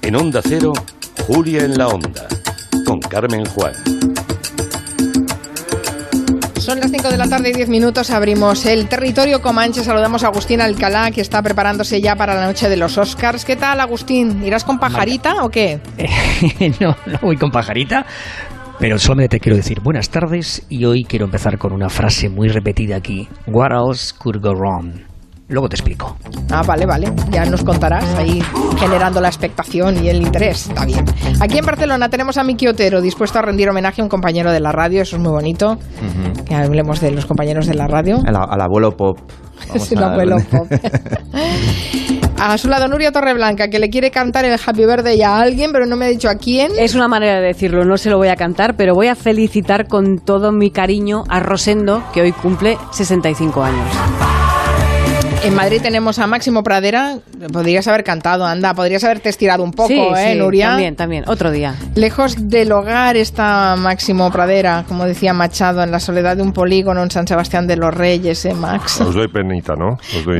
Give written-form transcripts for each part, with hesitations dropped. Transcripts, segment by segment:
En Onda Cero, Julia en la Onda, con Carmen Juan. Son las 5 de la tarde y 10 minutos, abrimos el territorio Comanche, saludamos a Agustín Alcalá, que está preparándose ya para la noche de los Oscars. ¿Qué tal, Agustín? ¿Irás con pajarita o qué? No voy con pajarita, pero solamente te quiero decir buenas tardes y hoy quiero empezar con una frase muy repetida aquí. What else could go wrong? Luego te explico. Ah, vale, ya nos contarás ahí generando la expectación y el interés, está bien. Aquí en Barcelona tenemos a Miki Otero, dispuesto a rendir homenaje a un compañero de la radio, eso es muy bonito, que hablemos de los compañeros de la radio. Al abuelo pop. Es el abuelo pop. A su lado Nuria Torreblanca, que le quiere cantar el Happy Birthday a alguien, pero no me ha dicho a quién. Es una manera de decirlo, no se lo voy a cantar, pero voy a felicitar con todo mi cariño a Rosendo, que hoy cumple 65 años. En Madrid tenemos a Máximo Pradera. Podrías haber cantado, anda, podrías haberte estirado un poco, sí, Nuria. También, otro día. Lejos del hogar está Máximo Pradera, como decía Machado, en la soledad de un polígono en San Sebastián de los Reyes, Max. Os doy penita, ¿no?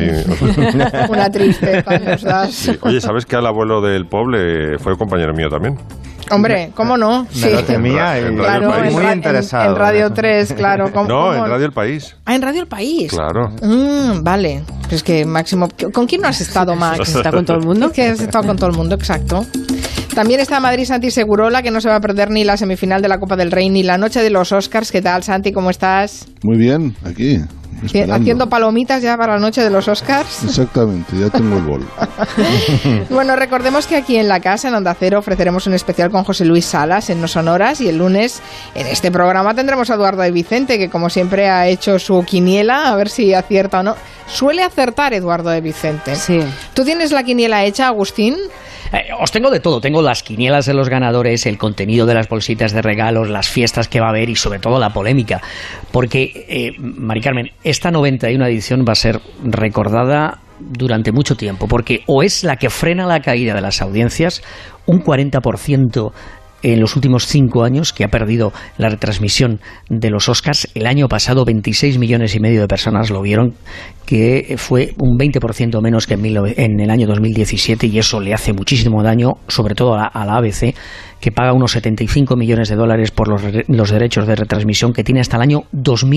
Una tristeza nos das. Sí. Oye, ¿sabes que al abuelo del Poble fue compañero mío también? Hombre, ¿cómo no? Me lo temía y claro, muy interesado. En Radio 3, claro. No, en Radio El País. Ah, en Radio El País. Claro. Vale. Pero es que Máximo... ¿Con quién no has estado, Max? ¿Está con todo el mundo? Es que has estado con todo el mundo, exacto. También está Madrid Santi Segurola, que no se va a perder ni la semifinal de la Copa del Rey ni la noche de los Oscars. ¿Qué tal, Santi? ¿Cómo estás? Muy bien, aquí. Esperando. Haciendo palomitas ya para la noche de los Oscars. Exactamente, ya tengo el bol. Bueno, recordemos que aquí en la casa, en Onda Cero, ofreceremos un especial con José Luis Salas en No Sonoras, y el lunes en este programa tendremos a Eduardo de Vicente, que como siempre ha hecho su quiniela, a ver si acierta o no. Suele acertar Eduardo de Vicente. Sí. ¿Tú tienes la quiniela hecha, Agustín? Os tengo de todo, tengo las quinielas de los ganadores, el contenido de las bolsitas de regalos, las fiestas que va a haber y sobre todo la polémica, porque, Mari Carmen, esta 91 edición va a ser recordada durante mucho tiempo, porque o es la que frena la caída de las audiencias, un 40% en los últimos 5 años que ha perdido la retransmisión de los Oscars. El año pasado 26,5 millones de personas lo vieron, que fue un 20% menos que en el año 2017, y eso le hace muchísimo daño, sobre todo a la ABC, que paga unos 75 millones de dólares por los derechos de retransmisión que tiene hasta el año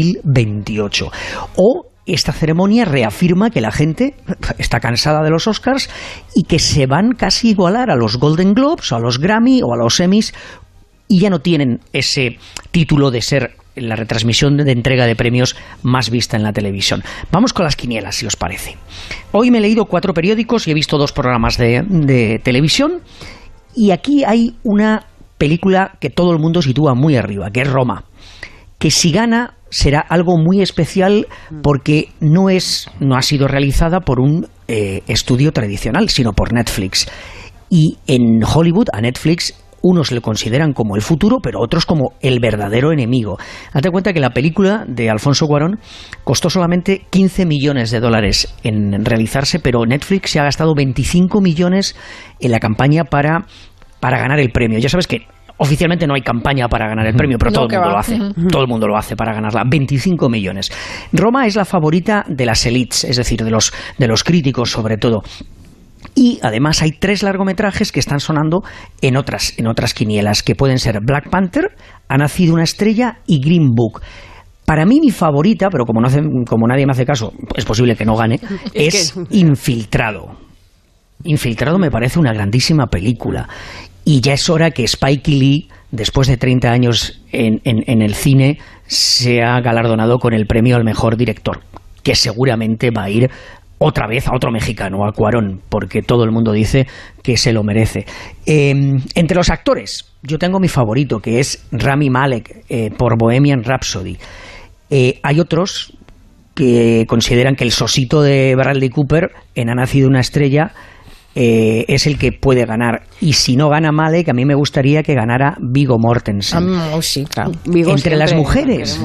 2028. O esta ceremonia reafirma que la gente está cansada de los Oscars y que se van casi a igualar a los Golden Globes, o a los Grammy o a los Emmys, y ya no tienen ese título de ser la retransmisión de entrega de premios más vista en la televisión. Vamos con las quinielas, si os parece. Hoy me he leído 4 periódicos y he visto 2 programas de televisión, y aquí hay una película que todo el mundo sitúa muy arriba, que es Roma, que si gana será algo muy especial porque no ha sido realizada por un estudio tradicional, sino por Netflix. Y en Hollywood, a Netflix, unos le consideran como el futuro, pero otros como el verdadero enemigo. Date cuenta que la película de Alfonso Cuarón costó solamente 15 millones de dólares en realizarse, pero Netflix se ha gastado 25 millones en la campaña para ganar el premio. Ya sabes que oficialmente no hay campaña para ganar el premio, pero todo el mundo lo hace. Todo el mundo lo hace para ganarla. 25 millones. Roma es la favorita de las elites, es decir, de los críticos sobre todo. Y además hay 3 largometrajes que están sonando en otras quinielas, que pueden ser Black Panther, Ha nacido una estrella y Green Book. Para mí mi favorita, pero como nadie me hace caso, es posible que no gane, es Infiltrado. Infiltrado me parece una grandísima película. Y ya es hora que Spike Lee, después de 30 años en el cine, sea galardonado con el premio al mejor director, que seguramente va a ir otra vez a otro mexicano, a Cuarón, porque todo el mundo dice que se lo merece. Entre los actores, yo tengo mi favorito, que es Rami Malek, por Bohemian Rhapsody. Hay otros que consideran que el sosito de Bradley Cooper en Ha nacido una estrella es el que puede ganar, y si no gana Malek, a mí me gustaría que ganara Viggo Mortensen. Sí, claro. Entre las mujeres,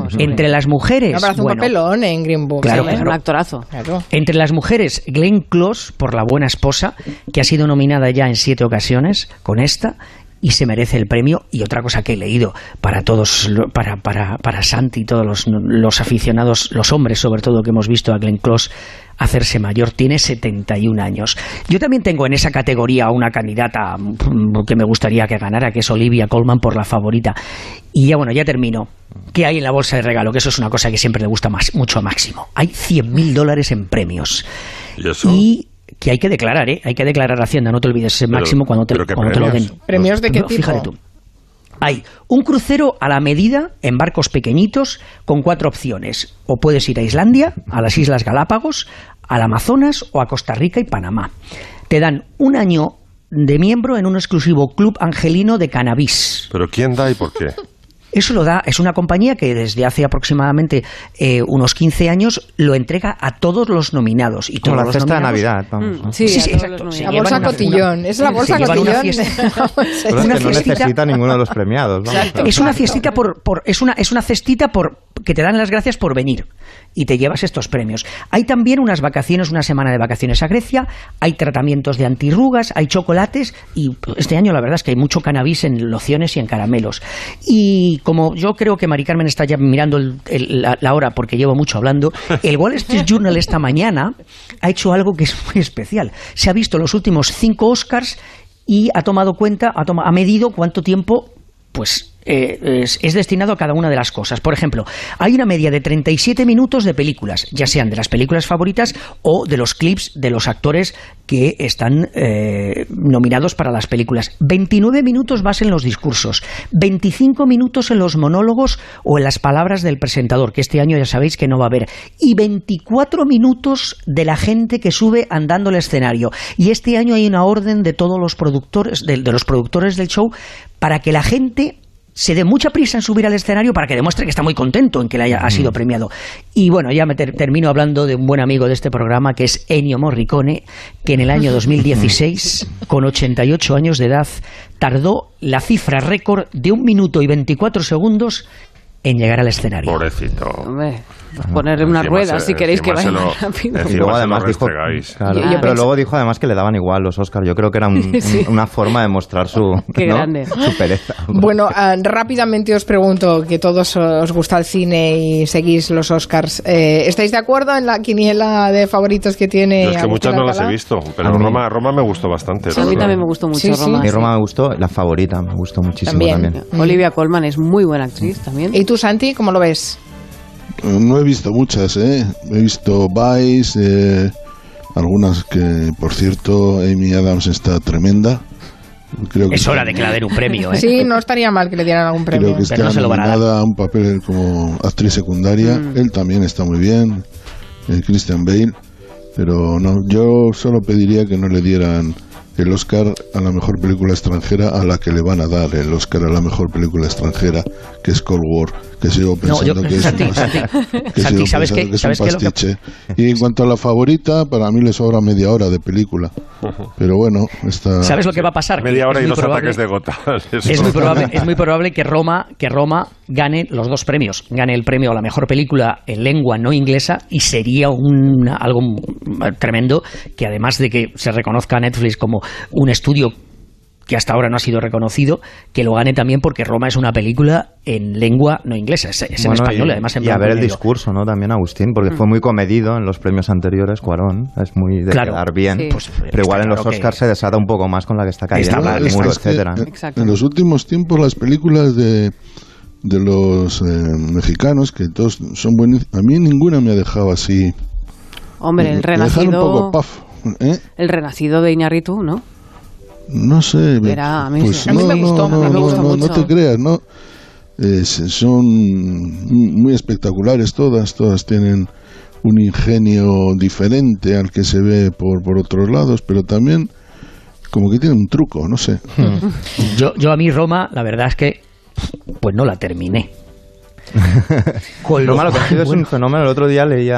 me parece un papelón en Green Book. Claro, ¿sí? Es un actorazo. Claro. Entre las mujeres, Glenn Close por La buena esposa, que ha sido nominada ya en 7 ocasiones con esta, y se merece el premio. Y otra cosa que he leído para todos, para Santi y todos los aficionados, los hombres sobre todo, que hemos visto a Glenn Close hacerse mayor, tiene 71 años. Yo también tengo en esa categoría una candidata que me gustaría que ganara, que es Olivia Colman por La Favorita. Y ya termino. ¿Qué hay en la bolsa de regalo? Que eso es una cosa que siempre le gusta mucho a Máximo. Hay $100.000 en premios. ¿Y eso? Y que hay que declarar, Hay que declarar a Hacienda, no te olvides ese Máximo cuando te lo den. ¿Premios de qué tipo? Fíjate tú. Hay un crucero a la medida en barcos pequeñitos con 4 opciones. O puedes ir a Islandia, a las Islas Galápagos, al Amazonas o a Costa Rica y Panamá. Te dan un año de miembro en un exclusivo club angelino de cannabis. ¿Pero quién da y por qué? Eso lo da, es una compañía que desde hace aproximadamente unos 15 años lo entrega a todos los nominados. Y como todos la los cesta de nominados, Navidad, vamos. Sí, exacto. La bolsa cotillón, es la bolsa cotillón. Pero es que no necesita ninguno de los premiados. Vamos. Es una fiestita es una cestita que te dan las gracias por venir y te llevas estos premios. Hay también unas vacaciones, una semana de vacaciones a Grecia, hay tratamientos de antirrugas, hay chocolates y este año la verdad es que hay mucho cannabis en lociones y en caramelos. Y como yo creo que Mari Carmen está ya mirando la hora porque llevo mucho hablando, el Wall Street Journal esta mañana ha hecho algo que es muy especial. Se ha visto los últimos 5 Oscars y ha medido cuánto tiempo es destinado a cada una de las cosas. Por ejemplo, hay una media de 37 minutos de películas, ya sean de las películas favoritas o de los clips de los actores que están nominados para las películas. 29 minutos más en los discursos, 25 minutos en los monólogos o en las palabras del presentador, que este año ya sabéis que no va a haber, y 24 minutos de la gente que sube andando el escenario. Y este año hay una orden de todos los productores, de los productores del show, para que la gente se dé mucha prisa en subir al escenario para que demuestre que está muy contento en que ha sido premiado. Y bueno, ya termino hablando de un buen amigo de este programa, que es Ennio Morricone, que en el año 2016, con 88 años de edad, tardó la cifra récord de 1 minuto y 24 segundos en llegar al escenario. Pobrecito. Hombre, ponerle una rueda si queréis que vaya más rápido. Y luego además dijo, claro, pero luego dijo además que le daban igual los Oscars. Yo creo que era una forma de mostrar su pereza. Bueno, rápidamente os pregunto, que todos os gusta el cine y seguís los Oscars. ¿Estáis de acuerdo en la quiniela de favoritos que tiene? Yo es que muchas no las he visto, pero Roma me gustó bastante. Sí, a mí también me gustó mucho Roma. A mí Roma me gustó, La Favorita me gustó muchísimo también. Olivia Colman es muy buena actriz también. ¿Y tú, Santi, cómo lo ves? No he visto muchas, He visto Vice, algunas que, por cierto, Amy Adams está tremenda. Creo que es hora de que le den un premio, Sí, no estaría mal que le dieran algún premio. Creo que está nominada a un papel como actriz secundaria. Él también está muy bien, Christian Bale. Pero no, yo solo pediría que no le dieran el Oscar a la mejor película extranjera a la que le van a dar el Oscar a la mejor película extranjera, que es Cold War, que sigo pensando que es un pastiche. Y en cuanto a La Favorita, para mí le sobra media hora de película. Pero bueno, está... ¿Sabes lo que va a pasar? Media hora y 2 ataques de gota. Es muy probable que Roma gane los 2 premios. Gane el premio a la mejor película en lengua no inglesa, y sería algo tremendo que, además de que se reconozca a Netflix como un estudio que hasta ahora no ha sido reconocido, que lo gane también, porque Roma es una película en lengua no inglesa, es en español, además en blanco y a ver el negro. discurso, ¿no? También Agustín, porque fue muy comedido en los premios anteriores, Cuarón, es muy de quedar bien, pero igual en los Oscars se desata un poco más con la que está cayendo, el muro, etcétera. En los últimos tiempos las películas de los mexicanos, que todos son buenos, a mí ninguna me ha dejado así. Hombre, El Renacido, un poco paf, El Renacido de Iñárritu, ¿no? No sé, a mí pues a mí me gustó mucho. No te creas, ¿no? Son muy espectaculares todas tienen un ingenio diferente al que se ve por otros lados, pero también como que tiene un truco, no sé. Yo a mí Roma, la verdad es que pues no la terminé. Roma, lo que ha sido es un fenómeno. El otro día leía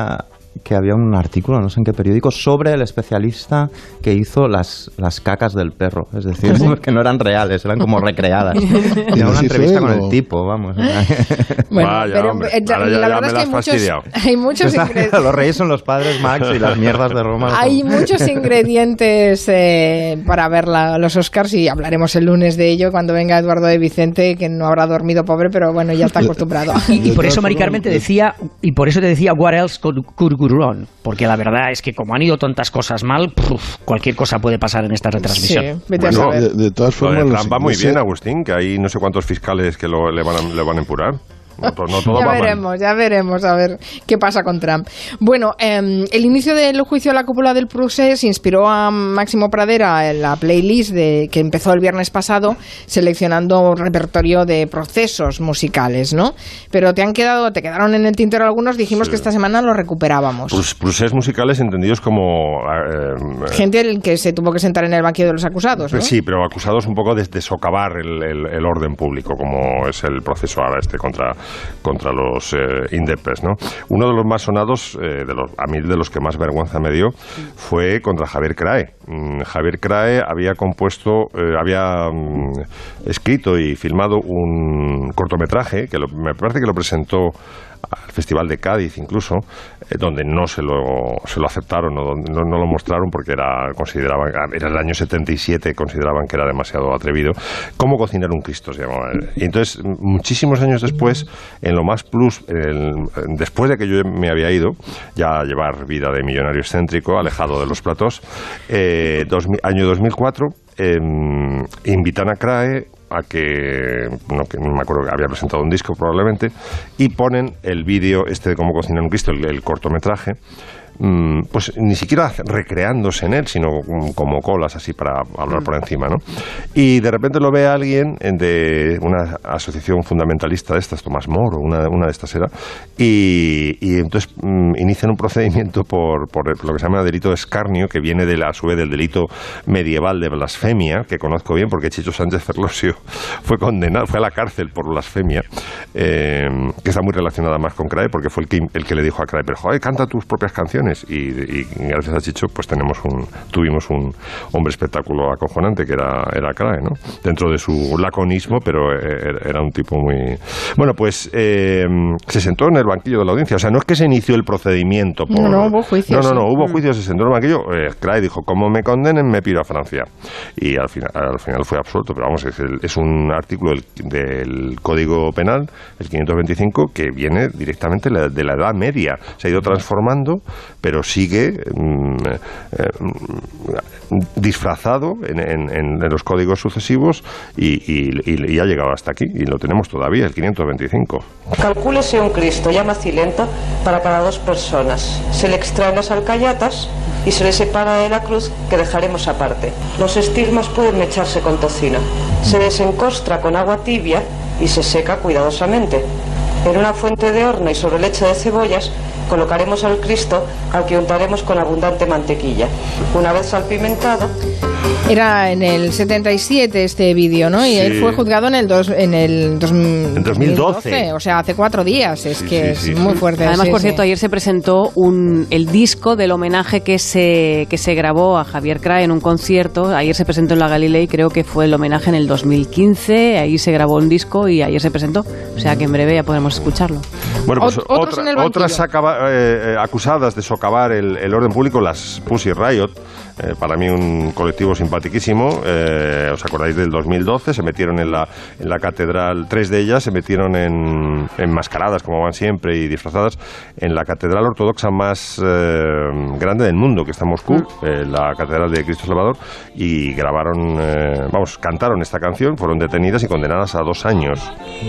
que había un artículo, no sé en qué periódico, sobre el especialista que hizo las cacas del perro. Es decir, que no eran reales, eran como recreadas. Era una entrevista con el tipo, vamos. Bueno, vaya, pero hombre, la verdad es que hay muchos ingredientes. Los reyes son los padres, Max, y las mierdas de Roma. Hay muchos ingredientes para ver los Oscars, y hablaremos el lunes de ello cuando venga Eduardo de Vicente, que no habrá dormido, pobre, pero bueno, ya está acostumbrado. Y por eso, Mari Carmen, te decía, what else could go wrong? Porque la verdad es que como han ido tantas cosas mal, cualquier cosa puede pasar en esta retransmisión. Sí, vete a saber. De todas formas, va muy bien, Agustín, que hay no sé cuántos fiscales que le van a empurar. No todo ya veremos a ver qué pasa con Trump. Bueno, el inicio del juicio a la cúpula del procés inspiró a Máximo Pradera en la playlist que empezó el viernes pasado, seleccionando un repertorio de procesos musicales, ¿no? Pero te quedaron en el tintero algunos, dijimos que esta semana los recuperábamos. Procés musicales entendidos como... gente que se tuvo que sentar en el banquillo de los acusados, ¿no? Sí, pero acusados un poco de socavar el orden público, como es el proceso ahora contra los indepes, ¿no? Uno de los más sonados, a mí de los que más vergüenza me dio, fue contra Javier Crae. Javier Crae había escrito y filmado un cortometraje que me parece que lo presentó al Festival de Cádiz incluso, donde no se lo aceptaron, no lo mostraron porque era el año 77, consideraban que era demasiado atrevido. ¿Cómo cocinar un Cristo? Se llamaba. Y entonces, muchísimos años después, en lo más plus, después de que yo me había ido ya a llevar vida de millonario excéntrico, alejado de los platós, año 2004, invitan a Crae a que no me acuerdo, que había presentado un disco probablemente, y ponen el vídeo de cómo cocinar un Cristo, el cortometraje, pues ni siquiera recreándose en él, sino como colas así para hablar por encima, ¿no? Y de repente lo ve alguien de una asociación fundamentalista de estas, Tomás Moro, una de estas era, y entonces inician un procedimiento por lo que se llama delito de escarnio, que viene a su vez del delito medieval de blasfemia, que conozco bien porque Chicho Sánchez Ferlosio fue a la cárcel por blasfemia, que está muy relacionada más con Crae, porque fue el que le dijo a Crae, pero joder, canta tus propias canciones. Y gracias a Chicho pues tuvimos un hombre espectáculo acojonante que era Crae, ¿no? Dentro de su laconismo, pero era un tipo muy... Bueno, pues se sentó en el banquillo de la audiencia. O sea, no es que se inició el procedimiento por... No, hubo juicio. No, hubo juicio, se sentó en el banquillo. Crae dijo, como me condenen, me piro a Francia. Y al final fue absuelto, pero vamos, es un artículo del Código Penal, el 525, que viene directamente de la Edad Media. Se ha ido transformando, pero sigue disfrazado en los códigos sucesivos y ha llegado hasta aquí, y lo tenemos todavía, el 525. Calcúlese un Cristo ya macilento para cada 2 personas. Se le extraen las alcayatas y se le separa de la cruz, que dejaremos aparte. Los estigmas pueden mecharse con tocino. Se desencostra con agua tibia y se seca cuidadosamente. En una fuente de horno y sobre leche de cebollas colocaremos al Cristo, al que untaremos con abundante mantequilla. Una vez salpimentado... Era en el 77 este vídeo, ¿no? Y él fue juzgado en 2012, o sea, hace 4 días. Es muy fuerte. Además, por cierto, ayer se presentó el disco del homenaje que se grabó a Javier Crae en un concierto. Ayer se presentó en la Galilei, creo que fue el homenaje en el 2015. Ahí se grabó un disco y ayer se presentó. O sea que en breve ya podremos escucharlo. Bueno, pues otras acusadas de socavar el orden público, las Pussy Riot, para mí un colectivo simpaticísimo. ¿Os acordáis del 2012? Se metieron en la catedral, 3 de ellas se metieron enmascaradas, como van siempre, y disfrazadas, en la catedral ortodoxa más grande del mundo, que está en Moscú, la catedral de Cristo Salvador, y cantaron esta canción, fueron detenidas y condenadas a 2 años.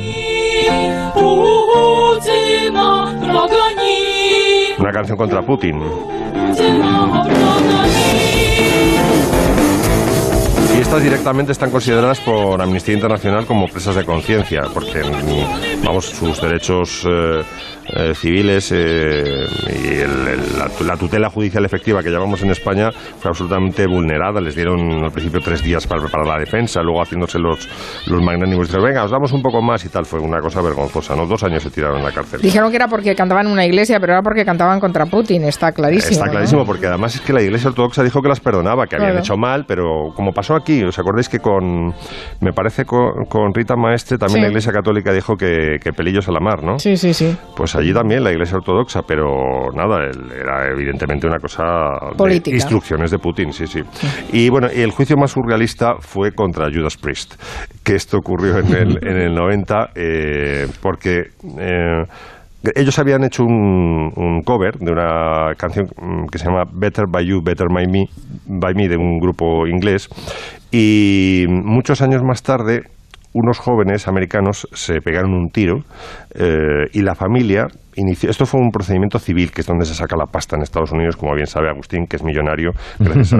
Una canción contra Putin. estas directamente están consideradas por Amnistía Internacional como presas de conciencia, porque, vamos, sus derechos civiles y la tutela judicial efectiva que llamamos en España fue absolutamente vulnerada. Les dieron al principio 3 días para preparar la defensa, luego haciéndose los magnánimos, dijeron, venga, os damos un poco más y tal. Fue una cosa vergonzosa, ¿no? 2 años se tiraron en la cárcel. Dijeron que era porque cantaban en una iglesia, pero era porque cantaban contra Putin, está clarísimo. Está clarísimo, ¿no? Porque además es que la Iglesia Ortodoxa dijo que las perdonaba, que habían hecho mal, pero como pasó aquí, ¿os acordáis que me parece con Rita Maestre también la Iglesia Católica dijo que pelillos a la mar, ¿no? Sí. Pues allí también la Iglesia Ortodoxa, pero nada, era evidentemente una cosa política. De instrucciones de Putin, sí. Y bueno, y el juicio más surrealista fue contra Judas Priest, que esto ocurrió en el 90, porque ellos habían hecho un cover de una canción que se llama Better By You, Better By Me, de un grupo inglés, y muchos años más tarde unos jóvenes americanos se pegaron un tiro y la familia inició. Esto fue un procedimiento civil, que es donde se saca la pasta en Estados Unidos, como bien sabe Agustín, que es millonario gracias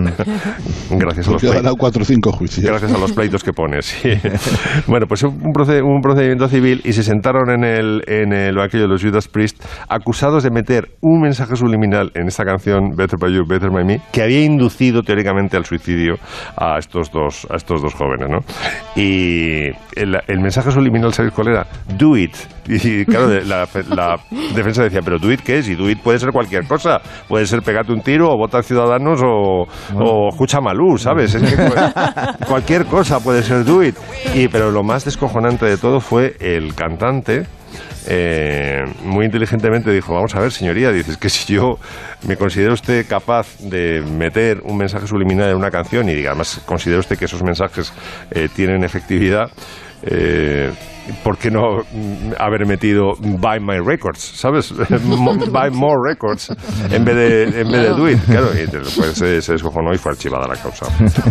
a los pleitos. 4 o 5 juicios. Gracias a los pleitos que pones. Sí. Bueno, pues un procedimiento civil, y se sentaron en el banquillo de los Judas Priest, acusados de meter un mensaje subliminal en esta canción Better By You, Better By Me, que había inducido teóricamente al suicidio a estos dos jóvenes, ¿no? Y el mensaje subliminal, ¿sabéis cuál era? Do it. Y claro, la defensa decía, pero do it, ¿qué es? Y do it puede ser cualquier cosa. Puede ser pegarte un tiro, o votar Ciudadanos, o escucha Malú, ¿sabes? Es que cualquier cosa puede ser do it. Pero lo más descojonante de todo fue el cantante. Muy inteligentemente dijo, vamos a ver, señoría, dices que si yo me considero usted capaz de meter un mensaje subliminal en una canción, y además considera usted que esos mensajes tienen efectividad, ¿por qué no haber metido Buy My Records? ¿Sabes? Buy More Records en vez de Do It. Claro, y después se descojonó y fue archivada la causa.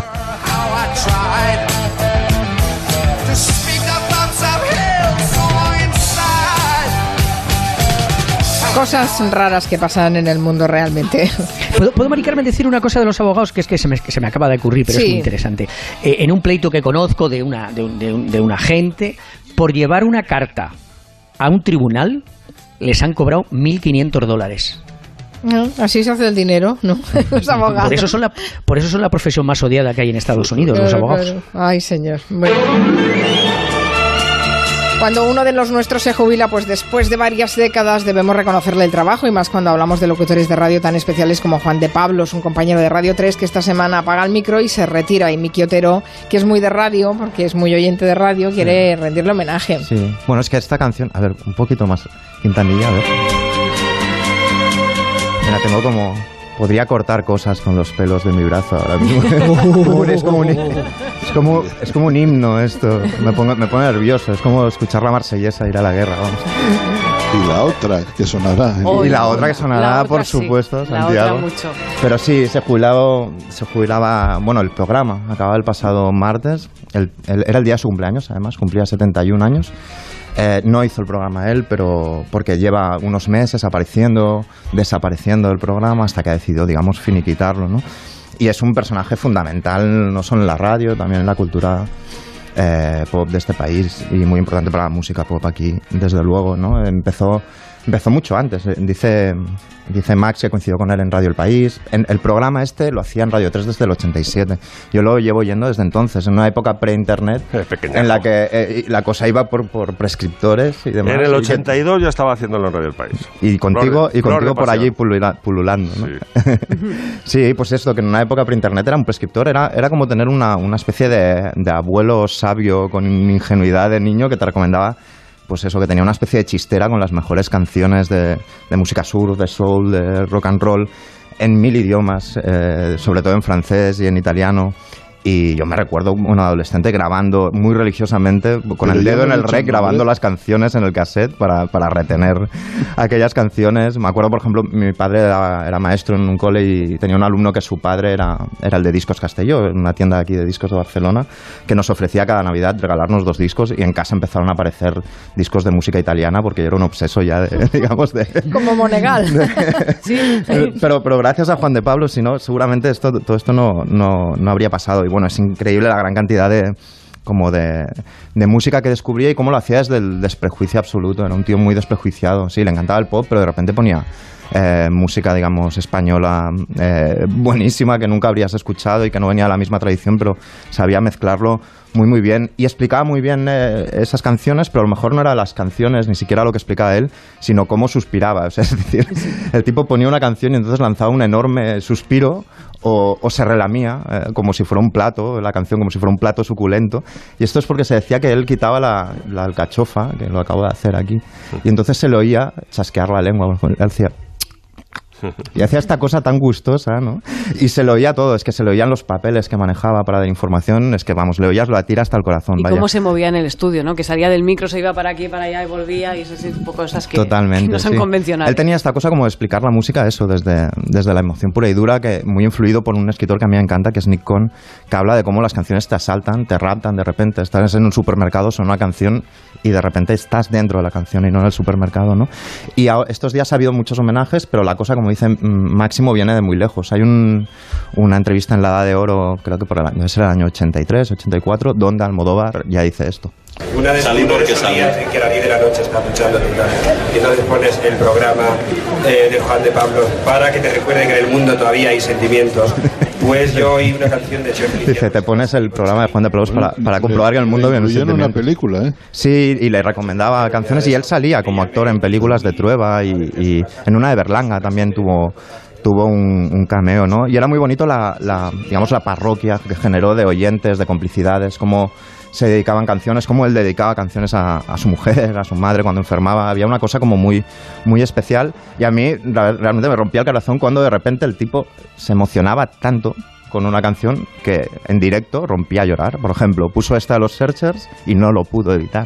Cosas raras que pasan en el mundo realmente. ¿Puedo, Mari Carmen, decir una cosa de los abogados que se me acaba de ocurrir, pero es muy interesante? En un pleito que conozco de un agente, por llevar una carta a un tribunal, les han cobrado $1.500. No, así se hace el dinero, ¿no? Los abogados. Por eso son la profesión más odiada que hay en Estados Unidos, los abogados. Ay, señor. Bueno. Cuando uno de los nuestros se jubila, pues después de varias décadas debemos reconocerle el trabajo, y más cuando hablamos de locutores de radio tan especiales como Juan de Pablos, un compañero de Radio 3 que esta semana apaga el micro y se retira, y Miki Otero, que es muy de radio, porque es muy oyente de radio, quiere rendirle homenaje. Sí, bueno, es que esta canción, a ver, un poquito más Quintanilla, a ver. Mira, tengo como... Podría cortar cosas con los pelos de mi brazo ahora mismo. Es como un himno esto. Me pone nervioso. Es como escuchar la Marsellesa ir a la guerra, vamos. Y la otra que sonará. Y la otra que sonará, por supuesto, Santiago. Mucho. Pero sí, se jubilaba, bueno, el programa acababa el pasado martes. Era el día de su cumpleaños, además, cumplía 71 años. No hizo el programa él, pero porque lleva unos meses desapareciendo el programa, hasta que ha decidido, digamos, finiquitarlo, ¿no? Y es un personaje fundamental, no solo en la radio, también en la cultura pop de este país, y muy importante para la música pop aquí, desde luego, ¿no? Empezó mucho antes. Dice Max que coincidió con él en Radio El País. El programa lo hacía en Radio 3 desde el 87. Yo lo llevo yendo desde entonces, en una época pre-internet, en la que la cosa iba por prescriptores y demás. En el 82 ya estaba haciéndolo en Radio El País. Y contigo por allí pululando, ¿no? Sí. Sí, pues esto, que en una época pre-internet era un prescriptor, era como tener una especie de abuelo sabio con ingenuidad de niño que te recomendaba, pues eso, que tenía una especie de chistera con las mejores canciones de música surf, de soul, de rock and roll, en 1000 idiomas, sobre todo en francés y en italiano. Y yo me recuerdo un adolescente grabando muy religiosamente, con el dedo en el rec, grabando las canciones en el cassette para retener aquellas canciones. Me acuerdo, por ejemplo, mi padre era maestro en un cole y tenía un alumno que su padre era el de Discos Castelló, en una tienda aquí de discos de Barcelona, que nos ofrecía cada Navidad regalarnos 2 discos, y en casa empezaron a aparecer discos de música italiana, porque yo era un obseso ya digamos de... Como Monegal. Sí. Pero gracias a Juan de Pablo, si no, seguramente todo esto no habría pasado. bueno, es increíble la gran cantidad de música que descubría y cómo lo hacía desde el desprejuicio absoluto. Era un tío muy desprejuiciado. Sí, le encantaba el pop, pero de repente ponía música, digamos, española buenísima que nunca habrías escuchado y que no venía de la misma tradición, pero sabía mezclarlo muy muy bien y explicaba muy bien esas canciones, pero a lo mejor no eran las canciones, ni siquiera lo que explicaba él, sino cómo suspiraba. O sea, es decir, el tipo ponía una canción y entonces lanzaba un enorme suspiro o se relamía como si fuera un plato, la canción como si fuera un plato suculento. Y esto es porque se decía que él quitaba la alcachofa, que lo acabo de hacer aquí, y entonces se le oía chasquear la lengua. Él decía... Y hacía esta cosa tan gustosa, ¿no? Y se lo oía todo, es que se le oían los papeles que manejaba para dar información, es que vamos, le oías la tira hasta el corazón. Y cómo se movía en el estudio, ¿no? Que salía del micro, se iba para aquí, para allá y volvía, y esas un poco cosas que, totalmente, que no son convencionales. Él tenía esta cosa como de explicar la música, eso, desde la emoción pura y dura, que muy influido por un escritor que a mí me encanta, que es Nick Cohn, que habla de cómo las canciones te asaltan, te raptan de repente, estás en un supermercado, son una canción y de repente estás dentro de la canción y no en el supermercado, ¿no? Y estos días ha habido muchos homenajes, pero la cosa, como dice Máximo, viene de muy lejos. Hay una entrevista en la Edad de Oro, creo que debe ser el año 83, 84, donde Almodóvar ya dice esto. Una de las mejores días en que la 10 de la noche está escuchando y entonces pones el programa de Juan de Pablos para que te recuerde que en el mundo todavía hay sentimientos. Pues yo oí una canción de Chef. Dice, te pones el programa de Juan de Pablos para comprobar que en el mundo había un sentimiento. Una película, ¿eh? Sí, y le recomendaba canciones y él salía como actor en películas de Trueba y en una de Berlanga también tuvo un cameo, ¿no? Y era muy bonito digamos, la parroquia que generó de oyentes, de complicidades, cómo se dedicaban canciones, cómo él dedicaba canciones a su mujer, a su madre cuando enfermaba. Había una cosa como muy, muy especial y a mí realmente me rompía el corazón cuando de repente el tipo se emocionaba tanto con una canción que en directo rompía a llorar. Por ejemplo, puso esta de los Searchers y no lo pudo evitar.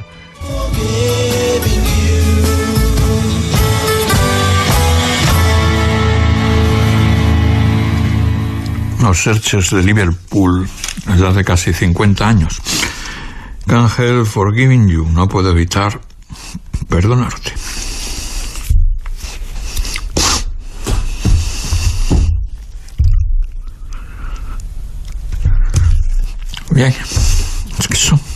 Los Searchers de Liverpool, desde hace casi 50 años. Can't help forgiving you, no puedo evitar perdonarte. Bien, es que son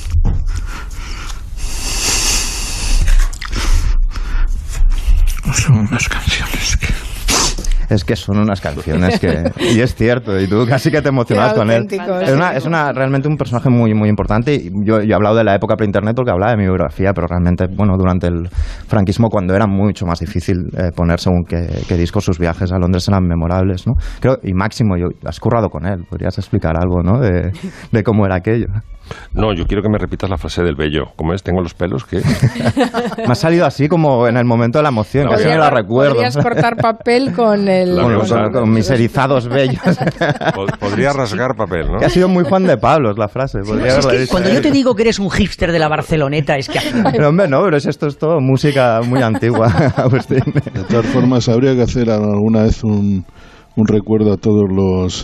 unas canciones que... Es que son unas canciones que... Y es cierto, y tú casi que te emocionas con él. Es realmente un personaje muy, muy importante. Y yo he hablado de la época pre-internet porque hablaba de mi biografía, pero realmente, bueno, durante el franquismo, cuando era mucho más difícil poner según qué discos, sus viajes a Londres eran memorables, ¿no? Creo, y Máximo, has currado con él, podrías explicar algo, ¿no? De cómo era aquello. No, yo quiero que me repitas la frase del vello. ¿Cómo es? ¿Tengo los pelos? ¿Qué? Me ha salido así como en el momento de la emoción, no, casi me la recuerdo. Podrías cortar papel con mis erizados vellos. Podría rasgar papel, ¿no? Que ha sido muy Juan de Pablos la frase. Es que cuando yo te digo que eres un hipster de la Barceloneta, es que... Pero hombre, no, pero esto es todo música muy antigua, Agustín. De todas formas, habría que hacer alguna vez un recuerdo a todos los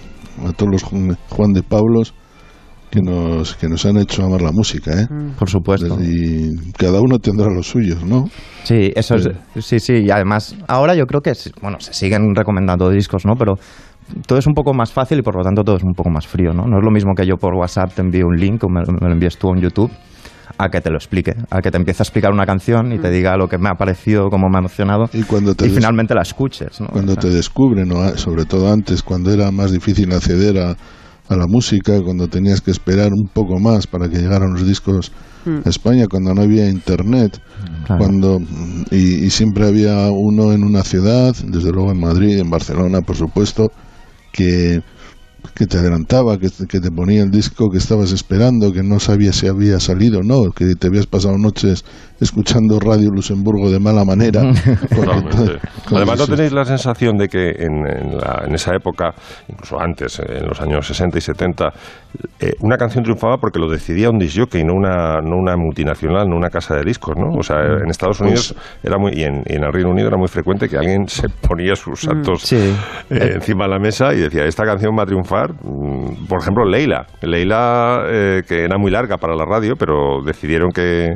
Juan de Pablos que nos han hecho amar la música, ¿eh? Por supuesto. Y cada uno tendrá los suyos, ¿no? Sí, eso es. Sí, y además ahora yo creo que se siguen recomendando discos, ¿no? Pero todo es un poco más fácil y por lo tanto todo es un poco más frío, ¿no? No es lo mismo que yo por WhatsApp te envíe un link o me lo envíes tú en YouTube, a que te lo explique, a que te empiece a explicar una canción y te diga lo que me ha parecido, cómo me ha emocionado y finalmente la escuches, ¿no? Cuando te descubren, ¿no? Sobre todo antes, cuando era más difícil acceder a la música, cuando tenías que esperar un poco más para que llegaran los discos a España, cuando no había internet, claro. Y siempre había uno en una ciudad, desde luego en Madrid, en Barcelona, por supuesto, que te adelantaba, que te ponía el disco que estabas esperando, que no sabías si había salido o no, que te habías pasado noches escuchando Radio Luxemburgo de mala manera. Además, ¿no tenéis la sensación de que en esa época, incluso antes, en los años 60 y 70, una canción triunfaba porque lo decidía un disc jockey, no una multinacional, no una casa de discos, ¿no? O sea, en Estados Unidos era y en el Reino Unido era muy frecuente que alguien se ponía sus santos encima de la mesa y decía, esta canción va a triunfar. Por ejemplo, Leila, que era muy larga para la radio, pero decidieron que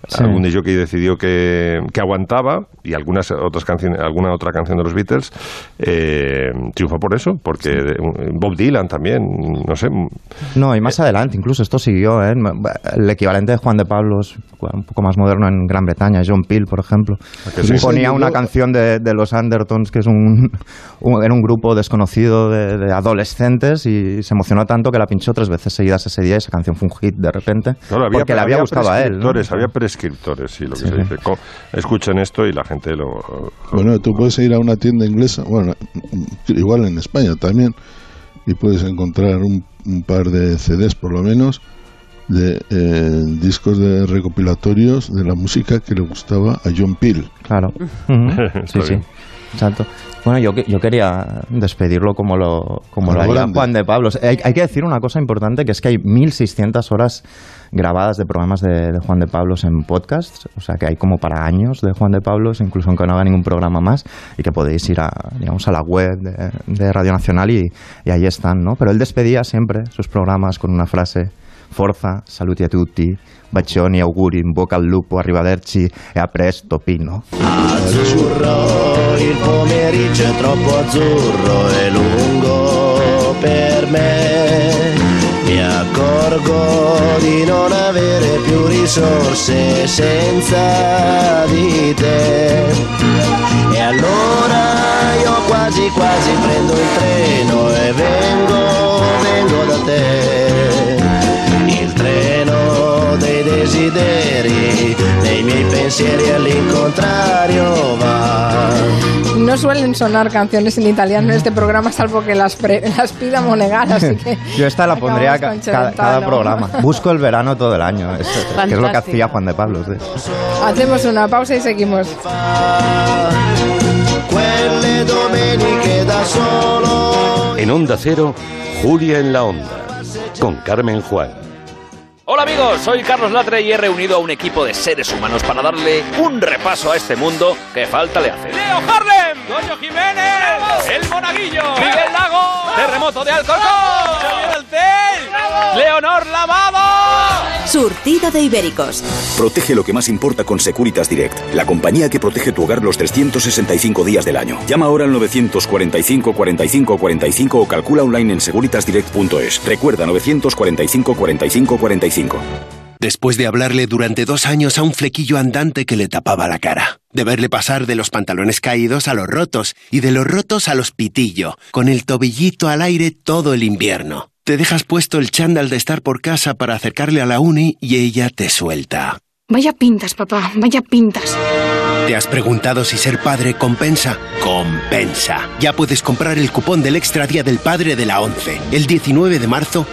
algún disjockey decidió que aguantaba, y alguna otra canción de los Beatles triunfó por eso, porque Bob Dylan también, no sé. No, y más adelante incluso esto siguió, el equivalente de Juan de Pablos, un poco más moderno en Gran Bretaña, John Peel, por ejemplo, ponía una canción de los Andertons, que es era un grupo desconocido de adolescentes, y se emocionó tanto que la pinchó 3 veces seguidas ese día, y esa canción fue un hit de repente, porque le había gustado a él, ¿no? Había prescriptores, sí, lo que se dice. Escuchen esto y la gente lo... Bueno, tú puedes ir a una tienda inglesa, bueno, igual en España también, y puedes encontrar un par de CDs por lo menos de discos de recopilatorios de la música que le gustaba a John Peel. Claro. Sí. Exacto. Bueno, yo quería despedirlo como lo haría Juan de Pablos. Hay que decir una cosa importante, que es que hay 1.600 horas grabadas de programas de Juan de Pablos en podcast, o sea que hay como para años de Juan de Pablos, incluso aunque no haga ningún programa más, y que podéis ir a la web de Radio Nacional y ahí están, ¿no? Pero él despedía siempre sus programas con una frase: Forza, saluti a tutti, bacioni, auguri, in bocca al lupo, arrivederci e a presto, Pino. Azzurro, il pomeriggio è troppo azzurro e lungo per me. Mi accorgo di non avere più risorse senza di te. E allora io quasi prendo il treno e vengo da te. Il treno dei desideri, dei miei pensieri all'incontrario va. No suelen sonar canciones en italiano en este programa, salvo que las pida Monegal, así que... Yo esta la pondría cada programa. Busco el verano todo el año, que es lo que hacía Juan de Pablos. Hacemos una pausa y seguimos. En Onda Cero, Julia en la Onda, con Carmen Juan. Hola amigos, soy Carlos Latre y he reunido a un equipo de seres humanos para darle un repaso a este mundo que falta le hace. Leo Harlem, Doño Jiménez, El Monaguillo, Miguel Lago, Terremoto de Alcorcón, Xavier Alcel, Leonor Lavado. Surtido de ibéricos. Protege lo que más importa con Securitas Direct, la compañía que protege tu hogar los 365 días del año. Llama ahora al 945 45 45 o calcula online en securitasdirect.es. Recuerda, 945 45 45. Después de hablarle durante 2 años a un flequillo andante que le tapaba la cara, de verle pasar de los pantalones caídos a los rotos y de los rotos a los pitillo, con el tobillito al aire todo el invierno. Te dejas puesto el chándal de estar por casa para acercarle a la uni y ella te suelta. Vaya pintas, papá, vaya pintas. ¿Te has preguntado si ser padre compensa? ¡Compensa! Ya puedes comprar el cupón del Extra Día del Padre de la ONCE. El 19 de marzo,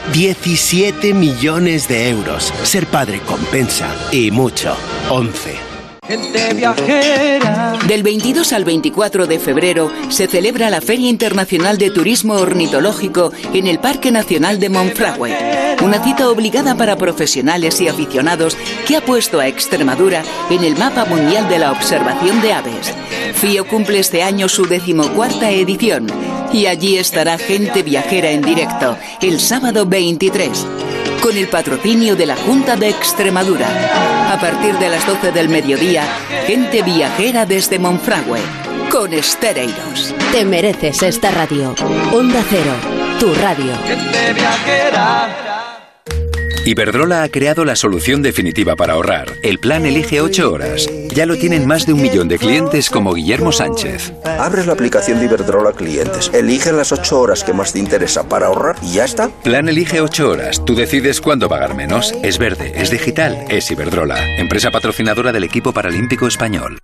17 millones de euros. Ser padre compensa. Y mucho. ONCE. Gente viajera. Del 22 al 24 de febrero se celebra la Feria Internacional de Turismo Ornitológico en el Parque Nacional de Monfragüe. Una cita obligada para profesionales y aficionados que ha puesto a Extremadura en el mapa mundial de la observación de aves. FIO cumple este año su 14ª edición y allí estará Gente Viajera en directo el sábado 23. Con el patrocinio de la Junta de Extremadura. A partir de las 12 del mediodía, Gente Viajera desde Monfragüe, con Estereiros. Te mereces esta radio. Onda Cero, tu radio. Gente Viajera. Iberdrola ha creado la solución definitiva para ahorrar, el plan Elige 8 horas. Ya lo tienen más de 1 millón de clientes como Guillermo Sánchez. Abres la aplicación de Iberdrola Clientes, eliges las 8 horas que más te interesa para ahorrar y ya está. Plan Elige 8 horas. Tú decides cuándo pagar menos. Es verde, es digital, es Iberdrola. Empresa patrocinadora del equipo paralímpico español.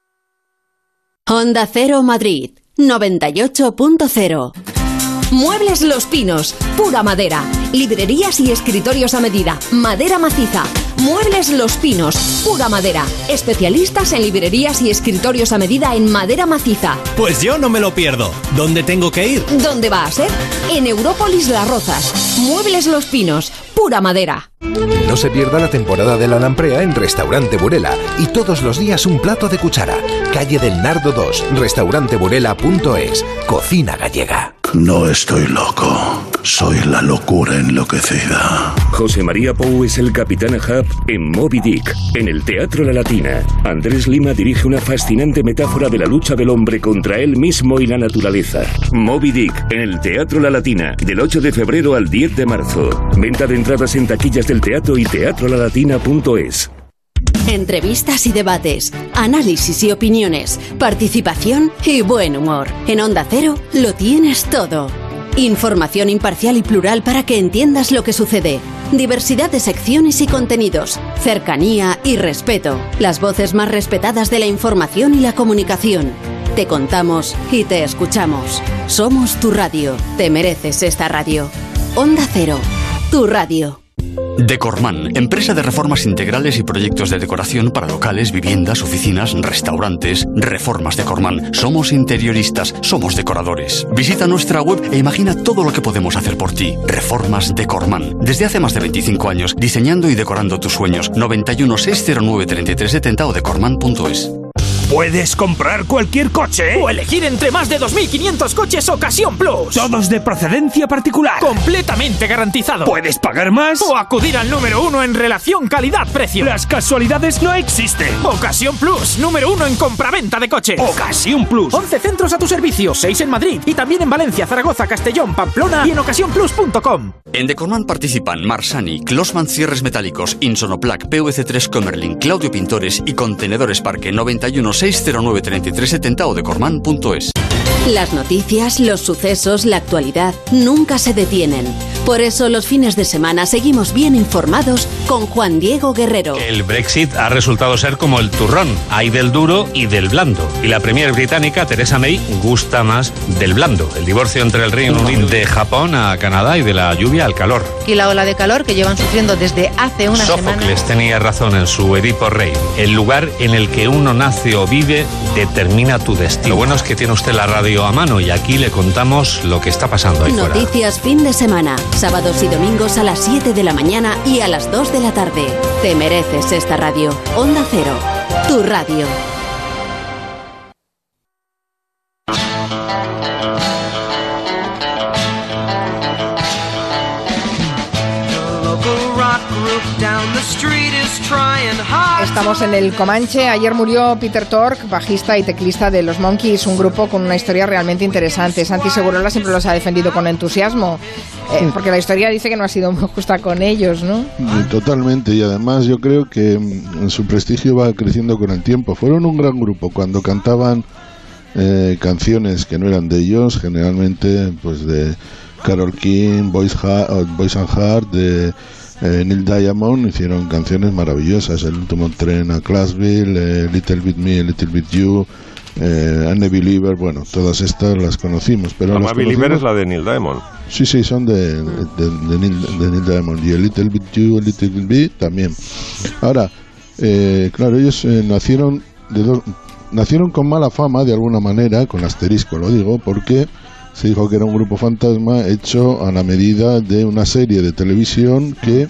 Onda Cero Madrid, 98.0. Muebles Los Pinos, pura madera. Librerías y escritorios a medida, madera maciza. Muebles Los Pinos, pura madera. Especialistas en librerías y escritorios a medida en madera maciza. Pues yo no me lo pierdo. ¿Dónde tengo que ir? ¿Dónde va a ser? En Európolis Las Rozas. Muebles Los Pinos, pura madera. No se pierda la temporada de la lamprea en Restaurante Burela y todos los días un plato de cuchara. Calle del Nardo 2, restauranteburela.es. Cocina gallega. No estoy loco. Soy la locura enloquecida. José María Pou es el Capitán Ahab en Moby Dick, en el Teatro La Latina. Andrés Lima dirige una fascinante metáfora de la lucha del hombre contra él mismo y la naturaleza. Moby Dick, en el Teatro La Latina, del 8 de febrero al 10 de marzo. Venta de entradas en taquillas del teatro y teatrolalatina.es. Entrevistas y debates, análisis y opiniones, participación y buen humor. En Onda Cero lo tienes todo. Información imparcial y plural para que entiendas lo que sucede. Diversidad de secciones y contenidos. Cercanía y respeto. Las voces más respetadas de la información y la comunicación. Te contamos y te escuchamos. Somos tu radio. Te mereces esta radio. Onda Cero, tu radio. Decorman, empresa de reformas integrales y proyectos de decoración para locales, viviendas, oficinas, restaurantes. Reformas Decorman. Somos interioristas, somos decoradores. Visita nuestra web e imagina todo lo que podemos hacer por ti. Reformas Decorman. Desde hace más de 25 años, diseñando y decorando tus sueños. 91 609 3370 o decorman.es. Puedes comprar cualquier coche o elegir entre más de 2.500 coches Ocasión Plus. Todos de procedencia particular. Completamente garantizado. Puedes pagar más o acudir al número 1 en relación calidad-precio. Las casualidades no existen. Ocasión Plus, número 1 en compraventa de coches. Ocasión Plus. 11 centros a tu servicio, 6 en Madrid y también en Valencia, Zaragoza, Castellón, Pamplona y en ocasiónplus.com. En Decorman participan Marsani, Closman Cierres Metálicos, Insonoplac, PVC3 Comerlin, Claudio Pintores y Contenedores Parque. 91 609 3370 o decorman.es. Las noticias, los sucesos, la actualidad nunca se detienen. Por eso los fines de semana seguimos bien informados con Juan Diego Guerrero. El Brexit ha resultado ser como el turrón. Hay del duro y del blando. Y la premier británica, Theresa May, gusta más del blando. El divorcio entre el Reino Unido de Japón a Canadá y de la lluvia al calor. Y la ola de calor que llevan sufriendo desde hace una semana. Sófocles tenía razón en su Edipo Rey. El lugar en el que uno nace o vive determina tu destino. Lo bueno es que tiene usted la radio a mano y aquí le contamos lo que está pasando ahí fuera. Noticias fin de semana, sábados y domingos a las 7 de la mañana y a las 2 de la tarde. Te mereces esta radio. Onda Cero, tu radio. Estamos en el Comanche. Ayer murió Peter Tork, bajista y teclista de los Monkees, un grupo con una historia realmente interesante. Santi Segurola siempre los ha defendido con entusiasmo, porque la historia dice que no ha sido muy justa con ellos, ¿no? Totalmente, y además yo creo que su prestigio va creciendo con el tiempo. Fueron un gran grupo cuando cantaban canciones que no eran de ellos, generalmente pues de Carole King, Boys and Heart, de Neil Diamond. Hicieron canciones maravillosas, El último tren a Clarksville, Little Bit Me, Little Bit You, Unbeliever. Bueno, todas estas las conocimos, pero la Believer es la de Neil Diamond. Sí, son de Neil Diamond, y el Little Bit You, Little Bit Me también. Ahora, claro, ellos nacieron con mala fama de alguna manera, con asterisco lo digo, porque se dijo que era un grupo fantasma hecho a la medida de una serie de televisión que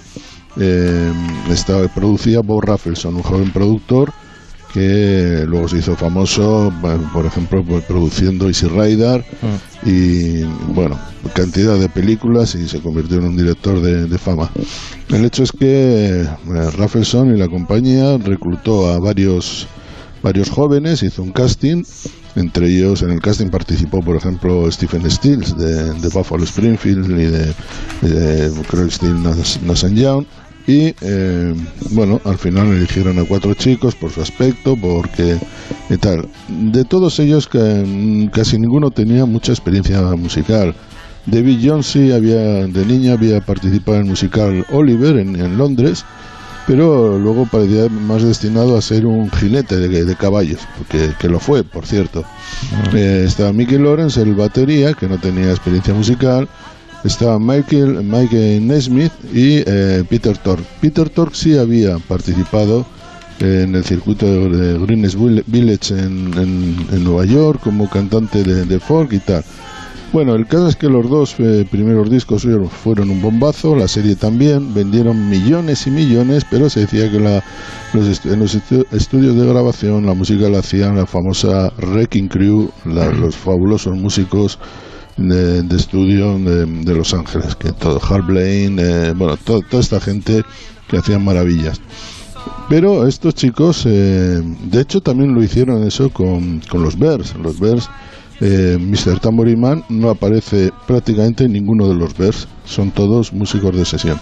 producía Bob Rafelson, un joven productor que luego se hizo famoso, por ejemplo, produciendo Easy Rider y, bueno, cantidad de películas, y se convirtió en un director de fama. El hecho es que Rafelson y la compañía reclutó a varios jóvenes, hizo un casting. Entre ellos, en el casting participó, por ejemplo, Stephen Stills de Buffalo Springfield y de Crosby, Stills, Nash & Young. Y bueno, al final eligieron a 4 chicos por su aspecto, porque y tal. De todos ellos, casi ninguno tenía mucha experiencia musical. David Jones sí, de niña había participado en el musical Oliver en Londres, pero luego parecía más destinado a ser un jinete de caballos, que lo fue, por cierto. Estaba Mickey Lawrence, el batería, que no tenía experiencia musical. Estaba Michael Nesmith y Peter Tork. Peter Tork sí había participado en el circuito de Greenwich Village en Nueva York como cantante de folk y tal. Bueno, el caso es que los dos primeros discos suyos fueron un bombazo, la serie también, vendieron millones y millones, pero se decía que en los estudios de grabación la música la hacían la famosa Wrecking Crew, los fabulosos músicos de estudio de Los Ángeles, que todo, Hal Blaine, toda esta gente que hacían maravillas. Pero estos chicos, de hecho, también lo hicieron eso con los Bears. Los Bears, Mr. Tambourine Man no aparece prácticamente en ninguno de los Bears, son todos músicos de sesión.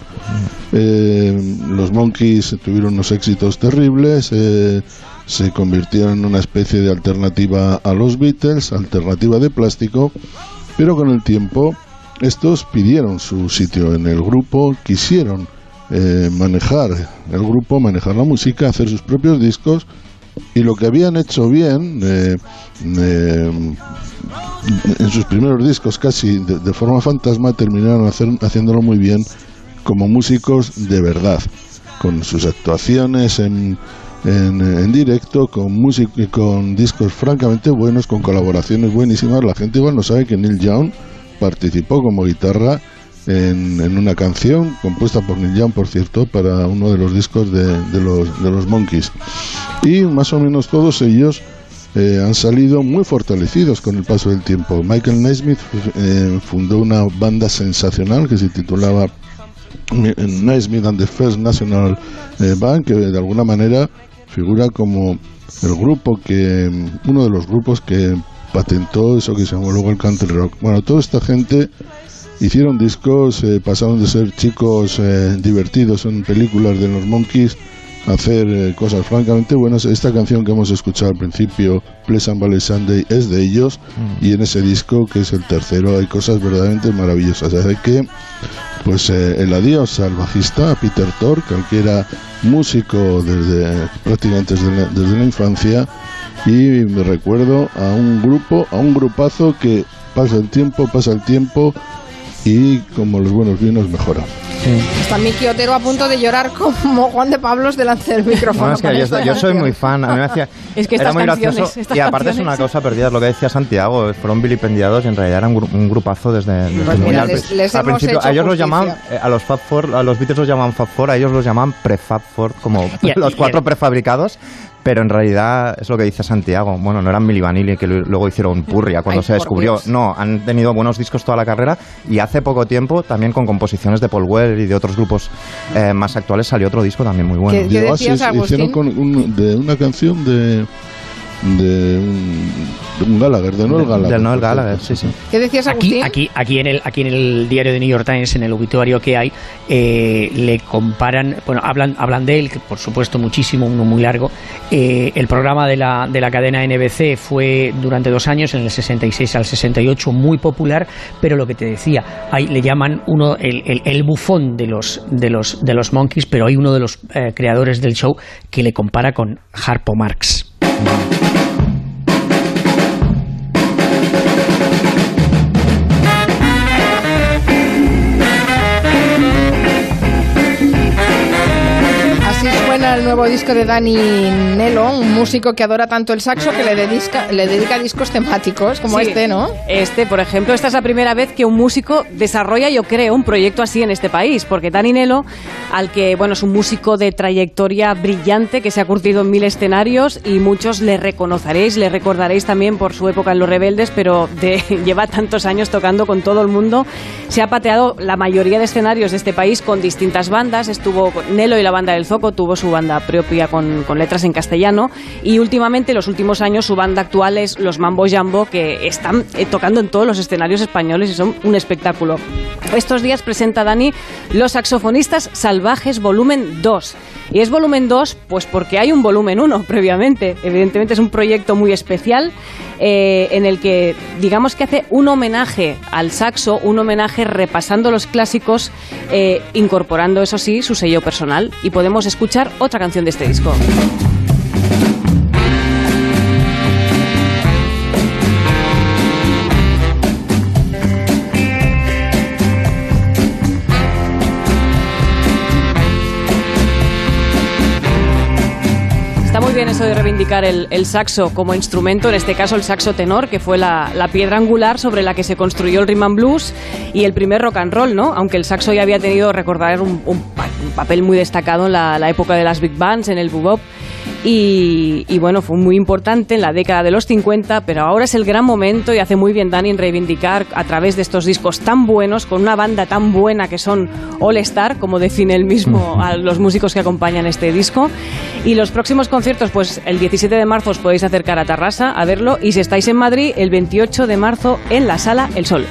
Los Monkees tuvieron unos éxitos terribles, se convirtieron en una especie de alternativa a los Beatles, alternativa de plástico, pero con el tiempo estos pidieron su sitio en el grupo, quisieron manejar el grupo, manejar la música, hacer sus propios discos, y lo que habían hecho bien en sus primeros discos casi de forma fantasma, terminaron haciéndolo muy bien como músicos de verdad, con sus actuaciones en directo, con discos francamente buenos, con colaboraciones buenísimas. La gente igual no sabe que Neil Young participó como guitarra en una canción compuesta por Neil Young, por cierto, para uno de los discos de los Monkees. Y más o menos todos ellos han salido muy fortalecidos con el paso del tiempo. Michael Naismith fundó una banda sensacional que se titulaba Naismith and the First National Band, que de alguna manera figura como uno de los grupos que patentó eso que se llamó luego el country rock. Bueno, toda esta gente hicieron discos, pasaron de ser chicos divertidos en películas de los Monkees a hacer cosas francamente buenas. Esta canción que hemos escuchado al principio, Pleasant Valley Sunday, es de ellos, y en ese disco, que es el tercero, hay cosas verdaderamente maravillosas. Así que pues el adiós al bajista, a Peter Tork, al que era músico prácticamente desde la infancia, y me recuerdo a un grupazo que pasa el tiempo y como los buenos vinos mejora. Sí. Está Miki Otero a punto de llorar como Juan de Pablos delante del micrófono. Bueno, es que yo soy muy fan, a mí me hacía, es que era muy gracioso, y aparte es una cosa perdida, es lo que decía Santiago, fueron vilipendiados y en realidad eran un grupazo desde mira, al les principio. A ellos los llamaban, a los Beatles los llamaban Fab Four, a ellos los llamaban Prefab Four, como los cuatro prefabricados. Pero en realidad es lo que dice Santiago. Bueno, no eran Milli Vanilli, que luego hicieron Purria cuando se descubrió. No, han tenido buenos discos toda la carrera, y hace poco tiempo también con composiciones de Paul Weller y de otros grupos más actuales salió otro disco también muy bueno. ¿Qué decías, Agustín? Hicieron de una canción de un Gallagher, de Noel Gallagher. Del Noel Gallagher, sí. ¿Qué decías, Agustín? Aquí en el diario de New York Times, en el obituario que hay, le comparan, bueno, hablan de él, que por supuesto muchísimo, uno muy largo. El programa de la cadena NBC fue durante 2 años, en el 66 al 68, muy popular, pero lo que te decía, ahí le llaman el bufón de los Monkees, pero hay uno de los creadores del show que le compara con Harpo Marx. El nuevo disco de Danny Nello, un músico que adora tanto el saxo que le dedica discos temáticos como este, ¿no? Por ejemplo, esta es la primera vez que un músico desarrolla, yo creo, un proyecto así en este país, porque Danny Nello, al que, bueno, es un músico de trayectoria brillante que se ha curtido en 1000 escenarios, y muchos le reconoceréis, le recordaréis también por su época en Los Rebeldes, pero lleva tantos años tocando con todo el mundo. Se ha pateado la mayoría de escenarios de este país con distintas bandas. Estuvo con Nello y la Banda del Zoco, tuvo su banda propia con letras en castellano, y últimamente, los últimos años, su banda actual es los Mambo Jambo, que están tocando en todos los escenarios españoles y son un espectáculo. Estos días presenta Dani Los Saxofonistas Salvajes volumen 2, y es volumen 2 pues porque hay un volumen 1 previamente. Evidentemente es un proyecto muy especial, en el que digamos que hace un homenaje al saxo, un homenaje repasando los clásicos, incorporando, eso sí, su sello personal, y podemos escuchar otra canción de este disco. Está muy bien eso de reivindicar el saxo como instrumento, en este caso el saxo tenor, que fue la piedra angular sobre la que se construyó el rhythm and blues y el primer rock and roll, ¿no? Aunque el saxo ya había tenido, recordar, un papel muy destacado en la época de las big bands, en el bebop. y bueno, fue muy importante en la década de los 50, pero ahora es el gran momento y hace muy bien Dani en reivindicar a través de estos discos tan buenos, con una banda tan buena que son All Star, como define él mismo a los músicos que acompañan este disco. Y los próximos conciertos, pues el 17 de marzo os podéis acercar a Tarrasa a verlo, y si estáis en Madrid, el 28 de marzo en la Sala El Sol.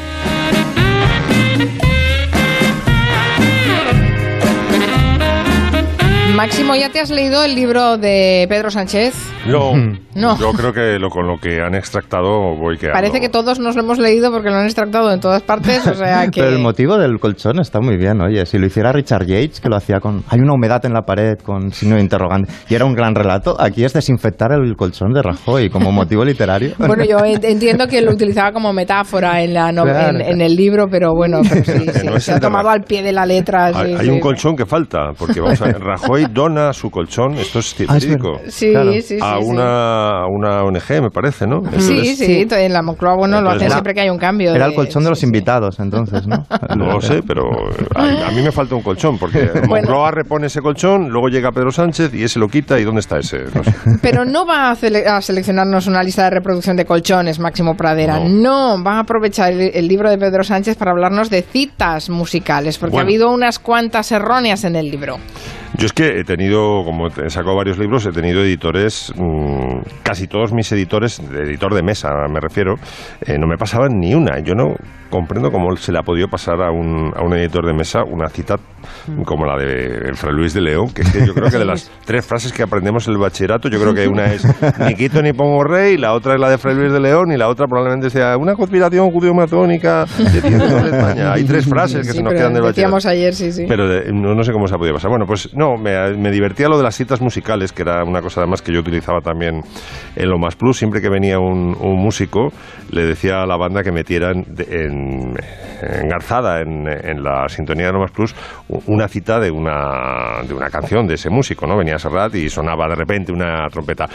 Máximo, ¿ya te has leído el libro de Pedro Sánchez? No. Yo creo que con lo que han extractado voy quedando. Parece que todos nos lo hemos leído porque lo han extractado en todas partes, o sea que... Pero el motivo del colchón está muy bien, oye, si lo hiciera Richard Yates, que lo hacía con... Hay una humedad en la pared con signo de interrogante, y era un gran relato, aquí es desinfectar el colchón de Rajoy como motivo literario. Bueno, yo entiendo que lo utilizaba como metáfora en el libro, pero bueno, sí, se ha tomado al pie de la letra. Hay un colchón que falta, porque vamos a ver, Rajoy dona su colchón, esto es científico, a una ONG, me parece, ¿no? Sí, en la Moncloa, bueno, lo hacen siempre que hay un cambio. Era el colchón de los invitados, entonces, ¿no? No lo sé, pero a mí me falta un colchón, porque Moncloa repone ese colchón, luego llega Pedro Sánchez y ese lo quita, ¿y dónde está ese? No sé. Pero no va a seleccionarnos una lista de reproducción de colchones, Máximo Pradera, no, va a aprovechar el libro de Pedro Sánchez para hablarnos de citas musicales, porque ha habido unas cuantas erróneas en el libro. Yo es que he tenido, como he sacado varios libros, he tenido editores, casi todos mis editores, editor de mesa me refiero, no me pasaban ni una. Yo no comprendo cómo se le ha podido pasar a un editor de mesa una cita como la de Fray Luis de León, que es que yo creo que de las 3 frases que aprendemos en el bachillerato, yo creo que una es ni quito ni pongo rey, la otra es la de Fray Luis de León y la otra probablemente sea una conspiración judío-matónica de España. Hay 3 frases que se nos quedan del bachillerato. Decíamos ayer, sí. Pero no sé cómo se ha podido pasar. Bueno, pues no, me divertía lo de las citas musicales, que era una cosa además que yo utilizaba también en Lo Más Plus. Siempre que venía un músico, le decía a la banda que metieran engarzada en la sintonía de Lo Más Plus una cita de una canción de ese músico, ¿no? Venía Serrat y sonaba de repente una trompeta.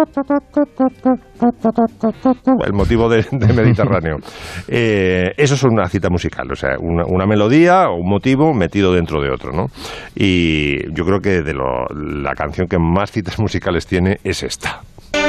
El motivo de Mediterráneo. Eso es una cita musical, o sea, una melodía o un motivo metido dentro de otro, ¿no? Y yo creo que la canción que más citas musicales tiene es esta.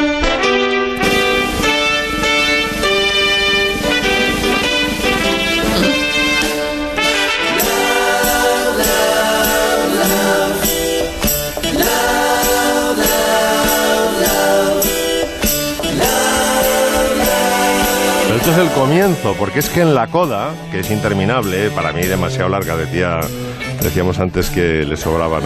Esto es el comienzo, porque es que en la coda, que es interminable, para mí demasiado larga, decíamos antes que le sobraban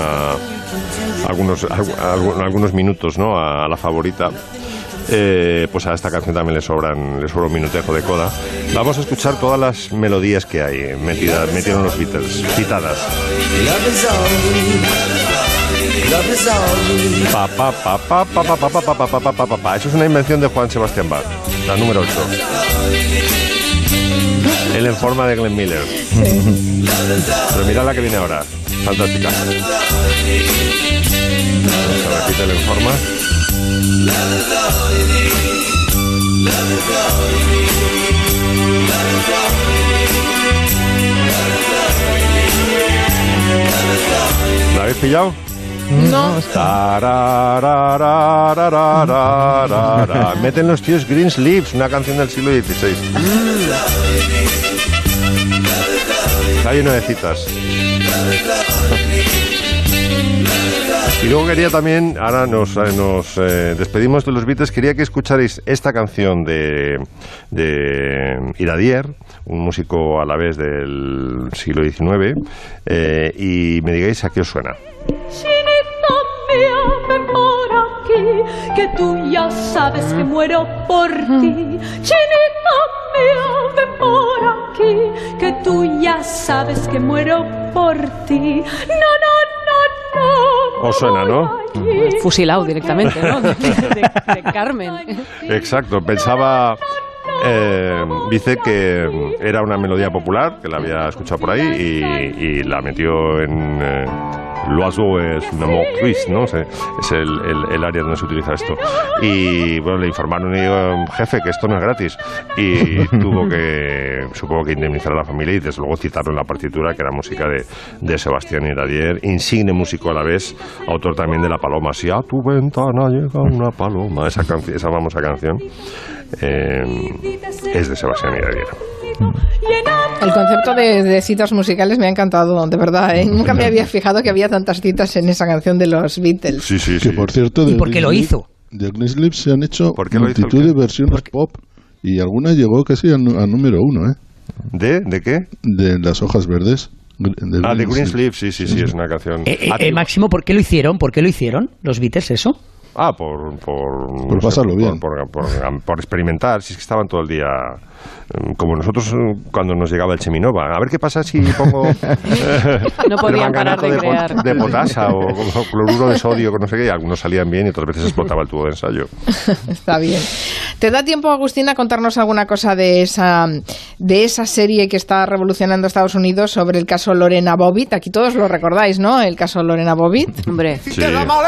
algunos minutos, ¿no? A la favorita. Pues a esta canción también le sobra un minutejo de coda. Vamos a escuchar todas las melodías que hay metieron los Beatles, citadas. Eso es una invención de Juan Sebastián Bach, la número 8. Él en forma de Glenn Miller. Pero mirad la que viene ahora, fantástica. Se repite el en forma. ¿La habéis pillado? No. Meten los tíos Greensleeves, una canción del siglo XVI. Está lleno de citas. Y luego quería también, ahora nos despedimos de los Beatles, quería que escucharais esta canción de Iradier, un músico a la vez del siglo XIX, y me digáis a qué os suena. Ven por aquí, que tú ya sabes que muero por ti. Chinita mía, ven por aquí, que tú ya sabes que muero por ti. No. Os suena, ¿no? Fusilado directamente, ¿no? De Carmen. Exacto, pensaba... dice que era una melodía popular, que la había escuchado por ahí y la metió l'oiseau es un amour triste, ¿no? Es el área donde se utiliza esto. Y bueno, le informaron y digo, jefe, que esto no es gratis. Y supongo que indemnizar a la familia, y desde luego citaron la partitura, que era música de Sebastián Iradier, insigne músico a la vez, autor también de La Paloma. Si a tu ventana llega una paloma, esa famosa canción es de Sebastián Iradier. El concepto de citas musicales me ha encantado, de verdad, ¿eh? Nunca me había fijado que había tantas citas en esa canción de los Beatles. Sí. Que por cierto, ¿y por qué lo hizo? De Greensleeve se han hecho multitud de versiones pop, y alguna llegó casi a número 1, ¿eh? ¿De qué? De Las hojas verdes. De Greensleeve, sí, es una canción. Máximo, ¿por qué lo hicieron? ¿Por qué lo hicieron los Beatles eso? Por pasarlo bien. Por experimentar, si es que estaban todo el día, como nosotros cuando nos llegaba el Cheminova. A ver qué pasa si pongo no podían parar de crear. De potasa o cloruro de sodio, no sé qué, y algunos salían bien y otras veces explotaba el tubo de ensayo. Está bien. ¿Te da tiempo, Agustín, a contarnos alguna cosa de esa serie que está revolucionando Estados Unidos sobre el caso Lorena Bobbitt? Aquí todos lo recordáis, ¿no? El caso Lorena Bobbitt. Hombre. Sí.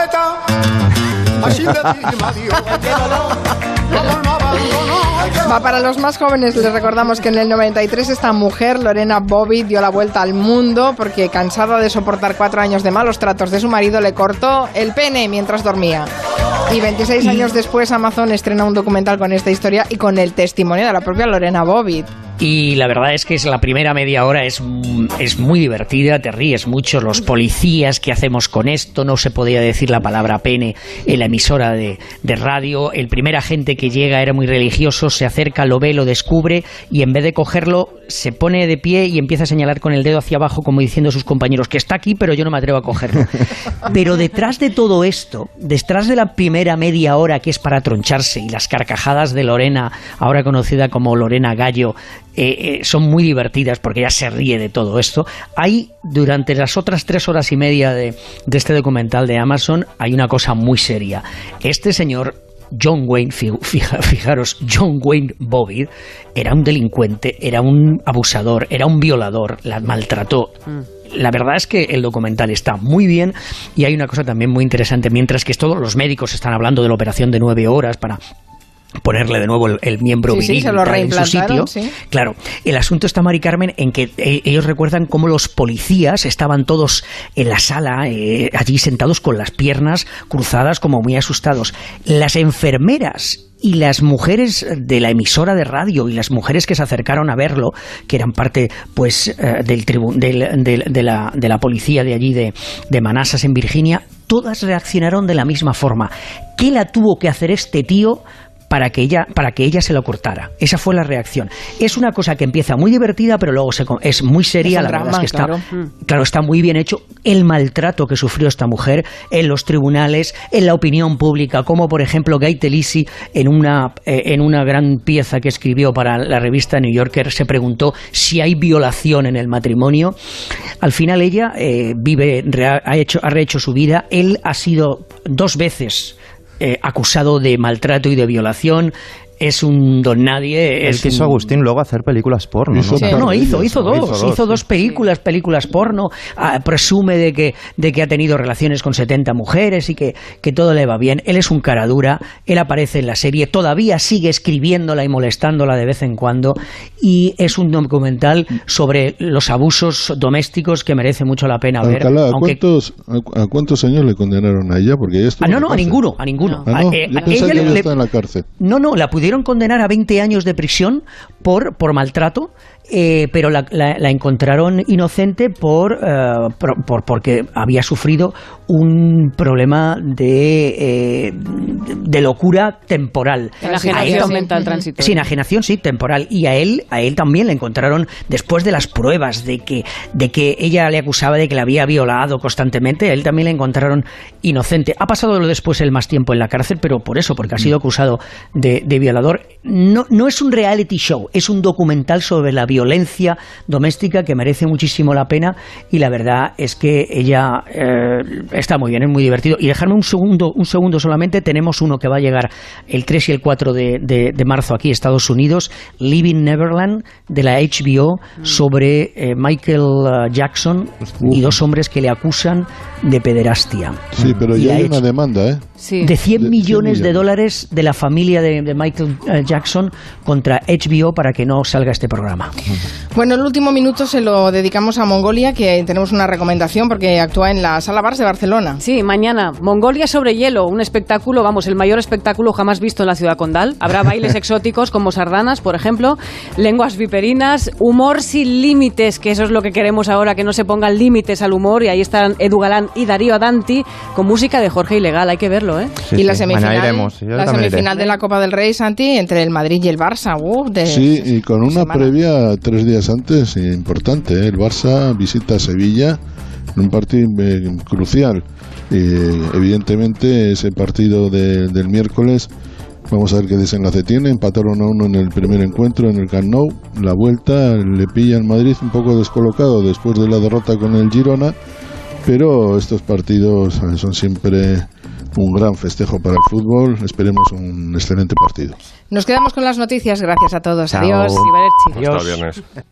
Va, para los más jóvenes les recordamos que en el 93 esta mujer, Lorena Bobbitt, dio la vuelta al mundo porque, cansada de soportar 4 años de malos tratos de su marido, le cortó el pene mientras dormía. Y 26 años después Amazon estrena un documental con esta historia y con el testimonio de la propia Lorena Bobbitt. Y la verdad es que la primera media hora es muy divertida, te ríes mucho. Los policías, ¿qué hacemos con esto? No se podía decir la palabra pene en la emisora de radio. El primer agente que llega era muy religioso, se acerca, lo ve, lo descubre, y en vez de cogerlo se pone de pie y empieza a señalar con el dedo hacia abajo, como diciendo a sus compañeros que está aquí, pero yo no me atrevo a cogerlo. Pero detrás de todo esto, detrás de la primera media hora, que es para troncharse, y las carcajadas de Lorena, ahora conocida como Lorena Gallo, son muy divertidas porque ella se ríe de todo esto. Hay, durante las otras 3 horas y media de este documental de Amazon, hay una cosa muy seria. Este señor John Wayne, fijaros, John Wayne Bobbitt era un delincuente, era un abusador, era un violador, la maltrató. La verdad es que el documental está muy bien, y hay una cosa también muy interesante. Mientras que todos los médicos están hablando de la operación de 9 horas para ponerle de nuevo el miembro viril en su sitio. Sí. Claro, el asunto está, Mari Carmen, en que ellos recuerdan cómo los policías estaban todos en la sala, allí sentados con las piernas cruzadas, como muy asustados. Las enfermeras y las mujeres de la emisora de radio y las mujeres que se acercaron a verlo, que eran parte pues de la policía de allí de Manassas, en Virginia, todas reaccionaron de la misma forma. ¿Qué la tuvo que hacer este tío para que ella se lo cortara? Esa fue la reacción. Es una cosa que empieza muy divertida, pero luego es muy seria. La verdad es que está muy bien hecho. El maltrato que sufrió esta mujer en los tribunales, en la opinión pública, como por ejemplo Guy Telisi, en una gran pieza que escribió para la revista New Yorker, se preguntó si hay violación en el matrimonio. Al final ella ha rehecho su vida. Él ha sido 2 veces acusado de maltrato y de violación. Es un don nadie. Él quiso, Agustín, luego hacer películas porno, ¿no? Sí. No, hizo dos películas porno. Presume de que ha tenido relaciones con 70 mujeres y que todo le va bien. Él es un cara dura, él aparece en la serie, todavía sigue escribiéndola y molestándola de vez en cuando, y es un documental sobre los abusos domésticos que merece mucho la pena ver. Alcalá, ¿a cuántos años le condenaron a ella? Porque ella a ninguno. Yo pensaba que ella está en la cárcel. No, la pudieron condenar a 20 años de prisión por maltrato, pero la encontraron inocente porque había sufrido un problema de locura temporal. Enajenación mental transitoria. Sí, enajenación, sí, temporal. Y a él también le encontraron, después de las pruebas de que ella le acusaba de que la había violado constantemente, a él también le encontraron inocente. Ha pasado después él más tiempo en la cárcel, pero por eso, porque ha sido acusado de violador. No es un reality show, Es un documental sobre la violencia doméstica que merece muchísimo la pena, y la verdad es que ella está muy bien, es muy divertido. Y dejarme un segundo solamente, tenemos uno que va a llegar el 3 y el 4 de marzo aquí a Estados Unidos, Living Neverland, de la HBO, sobre Michael Jackson y dos hombres que le acusan de pederastia. Sí, pero ya hay una demanda, ¿eh? Sí. De 100 millones de dólares de la familia de Michael Jackson contra HBO para que no salga este programa. Bueno, el último minuto se lo dedicamos a Mongolia, que tenemos una recomendación porque actúa en la Sala Bars de Barcelona. Sí, mañana. Mongolia sobre hielo, un espectáculo, vamos, el mayor espectáculo jamás visto en la ciudad condal. Habrá bailes exóticos como sardanas, por ejemplo, lenguas viperinas, humor sin límites, que eso es lo que queremos ahora, que no se pongan límites al humor, y ahí están Edu Galán y Darío Adanti con música de Jorge Ilegal, hay que verlo, ¿eh? Sí, y la semifinal, la semifinal de la Copa del Rey, Santi, entre el Madrid y el Barça. Sí, y con una previa 3 días antes importante, ¿eh? El Barça visita Sevilla en un partido crucial. Evidentemente ese partido del miércoles, vamos a ver qué desenlace tiene. Empataron a 1 en el primer encuentro en el Camp Nou. La vuelta le pilla al Madrid un poco descolocado después de la derrota con el Girona, pero estos partidos son siempre un gran festejo para el fútbol. Esperemos un excelente partido. Nos quedamos con las noticias. Gracias a todos. Chao. Adiós. Hasta el viernes.